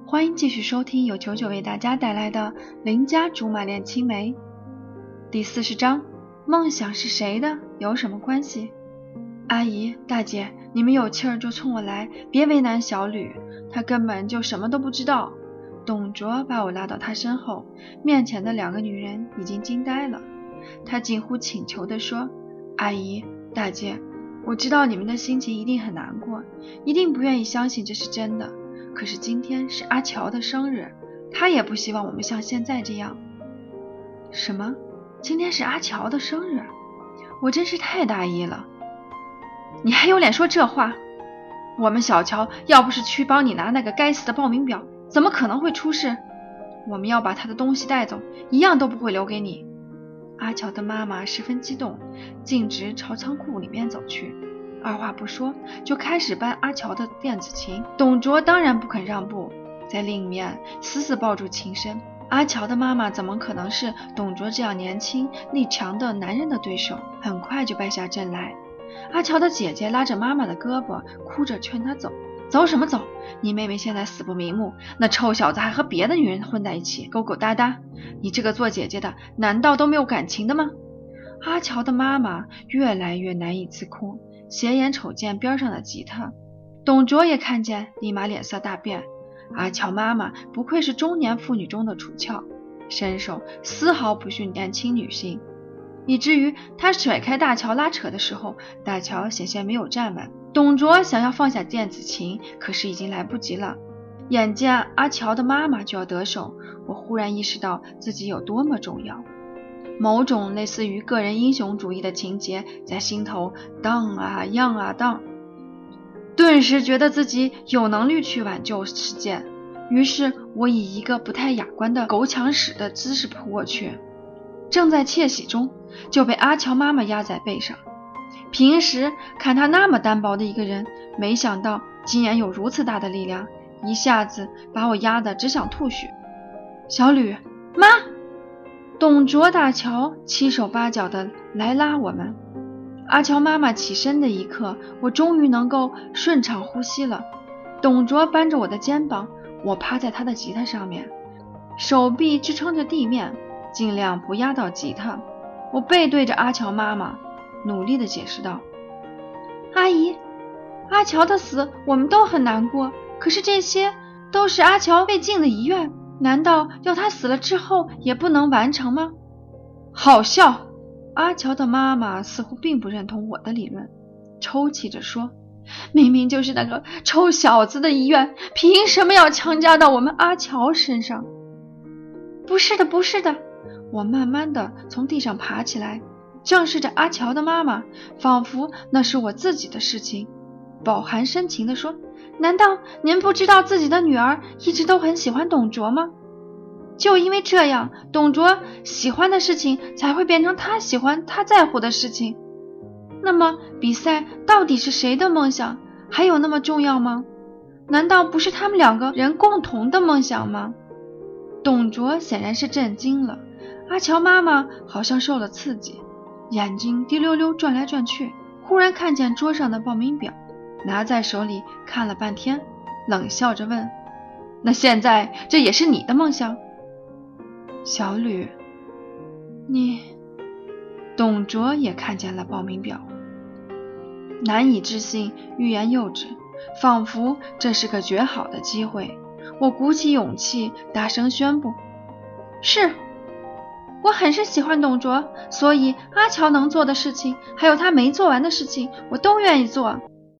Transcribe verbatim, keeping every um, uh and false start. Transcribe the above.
欢迎继续收听由九九为大家带来的邻家竹马恋青梅第四十章，梦想是谁的有什么关系？阿姨大姐，你们有气儿就冲我来，别为难小吕，他根本就什么都不知道。董卓把我拉到他身后，面前的两个女人已经惊呆了。他近乎请求地说，阿姨大姐，我知道你们的心情一定很难过，一定不愿意相信这是真的，可是今天是阿乔的生日，他也不希望我们像现在这样。什么？今天是阿乔的生日？我真是太大意了。你还有脸说这话？我们小乔要不是去帮你拿那个该死的报名表，怎么可能会出事？我们要把他的东西带走，一样都不会留给你。阿乔的妈妈十分激动，径直朝仓库里面走去，二话不说就开始搬阿乔的电子琴。董卓当然不肯让步，在另一面死死抱住琴身。阿乔的妈妈怎么可能是董卓这样年轻力强的男人的对手，很快就败下阵来。阿乔的姐姐拉着妈妈的胳膊，哭着劝她走。走什么走？你妹妹现在死不瞑目，那臭小子还和别的女人混在一起，勾勾搭搭，你这个做姐姐的难道都没有感情的吗？阿乔的妈妈越来越难以自控，斜眼瞅见边上的吉他。董卓也看见，立马脸色大变。阿乔妈妈不愧是中年妇女中的楚翘，身手丝毫不逊年轻女性，以至于她甩开大乔拉扯的时候，大乔险些没有站稳。董卓想要放下电子琴，可是已经来不及了。眼见阿乔的妈妈就要得手，我忽然意识到自己有多么重要。某种类似于个人英雄主义的情节在心头荡啊漾啊荡，顿时觉得自己有能力去挽救世界。于是我以一个不太雅观的狗抢屎的姿势扑过去，正在窃喜中就被阿乔妈妈压在背上。平时看他那么单薄的一个人，没想到竟然有如此大的力量，一下子把我压得只想吐血。小吕妈，董卓大乔七手八脚的来拉我们。阿乔妈妈起身的一刻，我终于能够顺畅呼吸了。董卓扳着我的肩膀，我趴在他的吉他上面，手臂支撑着地面，尽量不压到吉他。我背对着阿乔妈妈，努力地解释道，阿姨，阿乔的死我们都很难过，可是这些都是阿乔未尽的遗愿，难道要他死了之后也不能完成吗？好笑！阿乔的妈妈似乎并不认同我的理论，抽泣着说，明明就是那个臭小子的遗愿，凭什么要强加到我们阿乔身上？不是的不是的，我慢慢地从地上爬起来，正视着阿乔的妈妈，仿佛那是我自己的事情，饱含深情地说，难道您不知道自己的女儿一直都很喜欢董卓吗？就因为这样，董卓喜欢的事情才会变成他喜欢他在乎的事情。那么比赛到底是谁的梦想，还有那么重要吗？难道不是他们两个人共同的梦想吗？董卓显然是震惊了，阿乔妈妈好像受了刺激，眼睛滴溜溜转来转去，忽然看见桌上的报名表，拿在手里看了半天，冷笑着问，那现在这也是你的梦想？小吕，你……董卓也看见了报名表，难以置信，欲言又止，仿佛这是个绝好的机会。我鼓起勇气大声宣布，是，我很是喜欢董卓，所以阿乔能做的事情，还有他没做完的事情，我都愿意做。